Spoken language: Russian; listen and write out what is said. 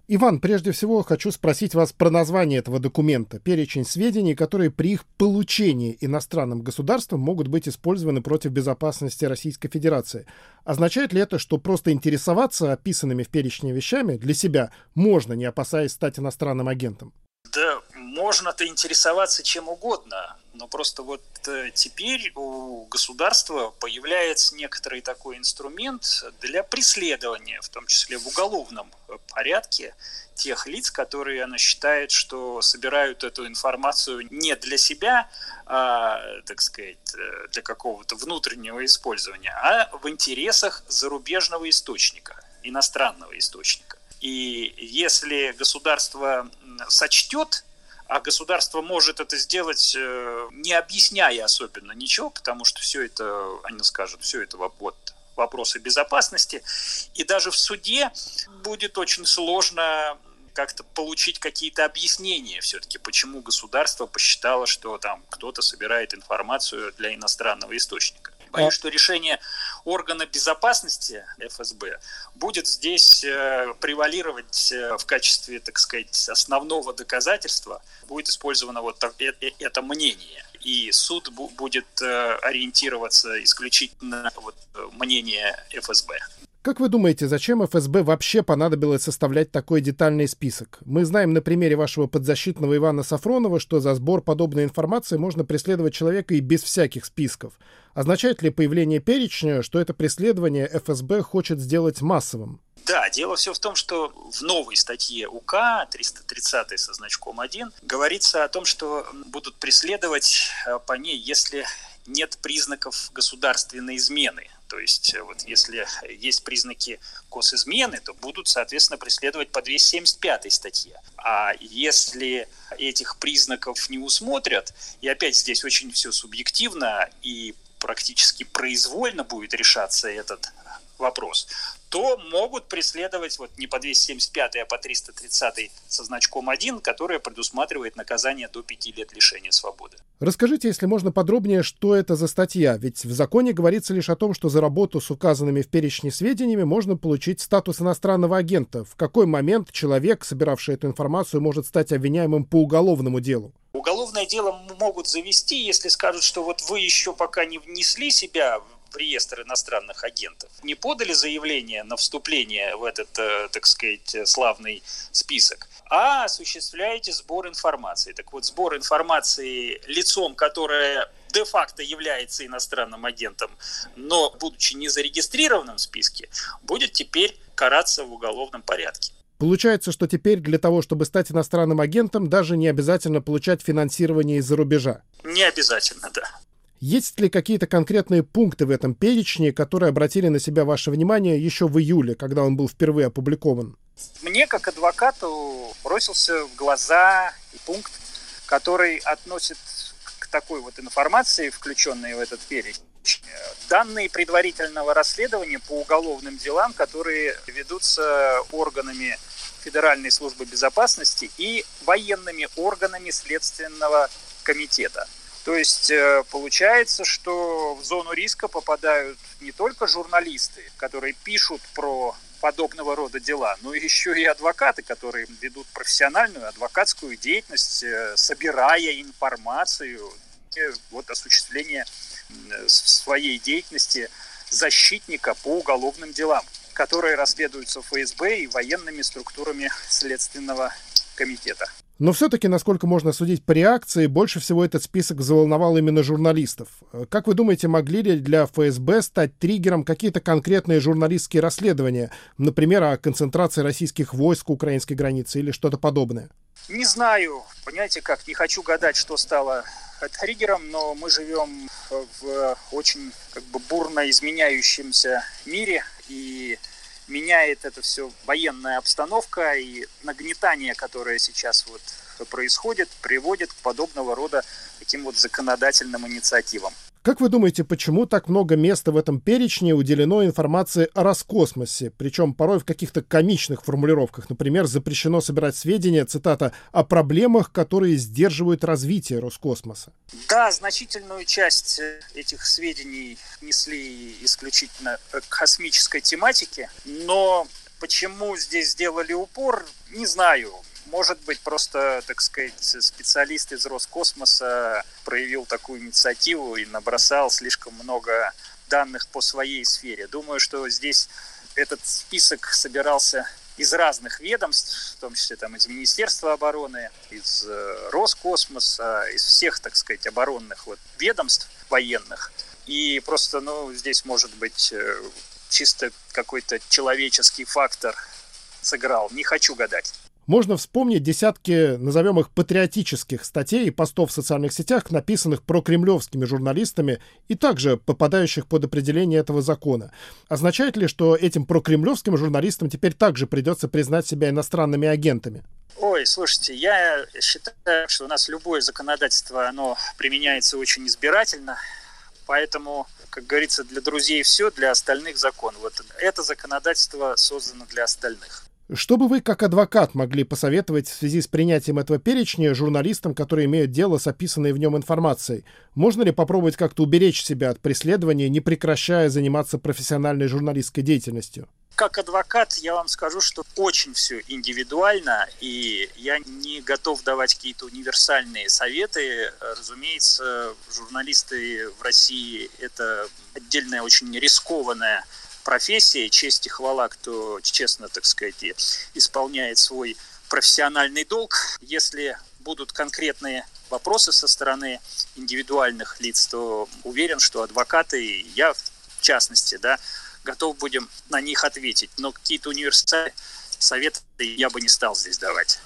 Иван, прежде всего хочу спросить вас про название этого документа. Перечень сведений, которые при их получении иностранным государством могут быть использованы против безопасности Российской Федерации. Означает ли это, что просто интересоваться описанными в перечне вещами для себя можно, не опасаясь стать иностранным агентом? Да, можно-то интересоваться чем угодно, но просто теперь у государства появляется некоторый такой инструмент для преследования, в том числе в уголовном порядке, тех лиц, которые она считает, что собирают эту информацию не для себя, так сказать, для какого-то внутреннего использования, а в интересах зарубежного источника, иностранного источника. И если государство сочтет, а государство может это сделать, не объясняя особенно ничего, потому что все это, они скажут, все это вопросы безопасности, и даже в суде будет очень сложно как-то получить какие-то объяснения все-таки, почему государство посчитало, что там кто-то собирает информацию для иностранного источника. Боюсь, что решение органа безопасности ФСБ будет здесь превалировать в качестве, так сказать, основного доказательства. Будет использовано это мнение. И суд будет ориентироваться исключительно на мнение ФСБ. Как вы думаете, зачем ФСБ вообще понадобилось составлять такой детальный список? Мы знаем на примере вашего подзащитного Ивана Сафронова, что за сбор подобной информации можно преследовать человека и без всяких списков. Означает ли появление перечня, что это преследование ФСБ хочет сделать массовым? Да, дело все в том, что в новой статье УК 330 со значком 1 говорится о том, что будут преследовать по ней, если нет признаков государственной измены. То есть если есть признаки госизмены, то будут, соответственно, преследовать по 275 статье. А если этих признаков не усмотрят, и опять здесь очень все субъективно и практически произвольно будет решаться этот вопрос, то могут преследовать не по 275, а по 330 со значком 1, которая предусматривает наказание до 5 лет лишения свободы. Расскажите, если можно подробнее, что это за статья, ведь в законе говорится лишь о том, что за работу с указанными в перечне сведениями можно получить статус иностранного агента. В какой момент человек, собиравший эту информацию, может стать обвиняемым по уголовному делу? Уголовное дело могут завести, если скажут, что вы еще пока не внесли себя в реестр иностранных агентов, не подали заявление на вступление в этот, так сказать, славный список, а осуществляете сбор информации. Так вот, сбор информации лицом, которое де-факто является иностранным агентом, но, будучи не зарегистрированным в списке, будет теперь караться в уголовном порядке. Получается, что теперь для того, чтобы стать иностранным агентом, даже не обязательно получать финансирование из-за рубежа? Не обязательно, да. Есть ли какие-то конкретные пункты в этом перечне, которые обратили на себя ваше внимание еще в июле, когда он был впервые опубликован? Мне, как адвокату, бросился в глаза пункт, который относит к такой информации, включенной в этот перечень, данные предварительного расследования по уголовным делам, которые ведутся органами Федеральной службы безопасности и военными органами Следственного комитета. То есть получается, что в зону риска попадают не только журналисты, которые пишут про подобного рода дела, но еще и адвокаты, которые ведут профессиональную адвокатскую деятельность, собирая информацию, осуществление своей деятельности защитника по уголовным делам, которые расследуются ФСБ и военными структурами Следственного комитета. Но все-таки, насколько можно судить по реакции, больше всего этот список заволновал именно журналистов. Как вы думаете, могли ли для ФСБ стать триггером какие-то конкретные журналистские расследования, например, о концентрации российских войск у украинской границы или что-то подобное? Не знаю, понимаете как, не хочу гадать, что стало триггером, но мы живем в очень бурно изменяющемся мире, и меняет это все военная обстановка, и нагнетание, которое сейчас происходит, приводит к подобного рода таким законодательным инициативам. Как вы думаете, почему так много места в этом перечне уделено информации о Роскосмосе, причем порой в каких-то комичных формулировках? Например, запрещено собирать сведения, цитата, «о проблемах, которые сдерживают развитие Роскосмоса». Да, значительную часть этих сведений несли исключительно к космической тематике, но Почему здесь сделали упор, не знаю. Может быть, просто, так сказать, специалист из Роскосмоса проявил такую инициативу и набросал слишком много данных по своей сфере. Думаю, что здесь этот список собирался из разных ведомств, в том числе там, из Министерства обороны, из Роскосмоса, из всех, так сказать, оборонных ведомств военных. И просто, здесь может быть чисто какой-то человеческий фактор сыграл. Не хочу гадать. Можно вспомнить десятки, назовем их, патриотических статей и постов в социальных сетях, написанных прокремлевскими журналистами и также попадающих под определение этого закона. Означает ли, что этим прокремлевским журналистам теперь также придется признать себя иностранными агентами? Ой, слушайте, я считаю, что у нас любое законодательство, оно применяется очень избирательно, поэтому, как говорится, для друзей все, для остальных закон. Вот это законодательство создано для остальных. Что бы вы, как адвокат, могли посоветовать в связи с принятием этого перечня журналистам, которые имеют дело с описанной в нем информацией? Можно ли попробовать как-то уберечь себя от преследования, не прекращая заниматься профессиональной журналистской деятельностью? Как адвокат я вам скажу, что очень все индивидуально, и я не готов давать какие-то универсальные советы. Разумеется, журналисты в России – это отдельная очень рискованная профессия, честь и хвала, кто честно, так сказать, исполняет свой профессиональный долг. Если будут конкретные вопросы со стороны индивидуальных лиц, то уверен, что адвокаты, и я в частности, готов будем на них ответить. Но какие-то универсальные советы я бы не стал здесь давать.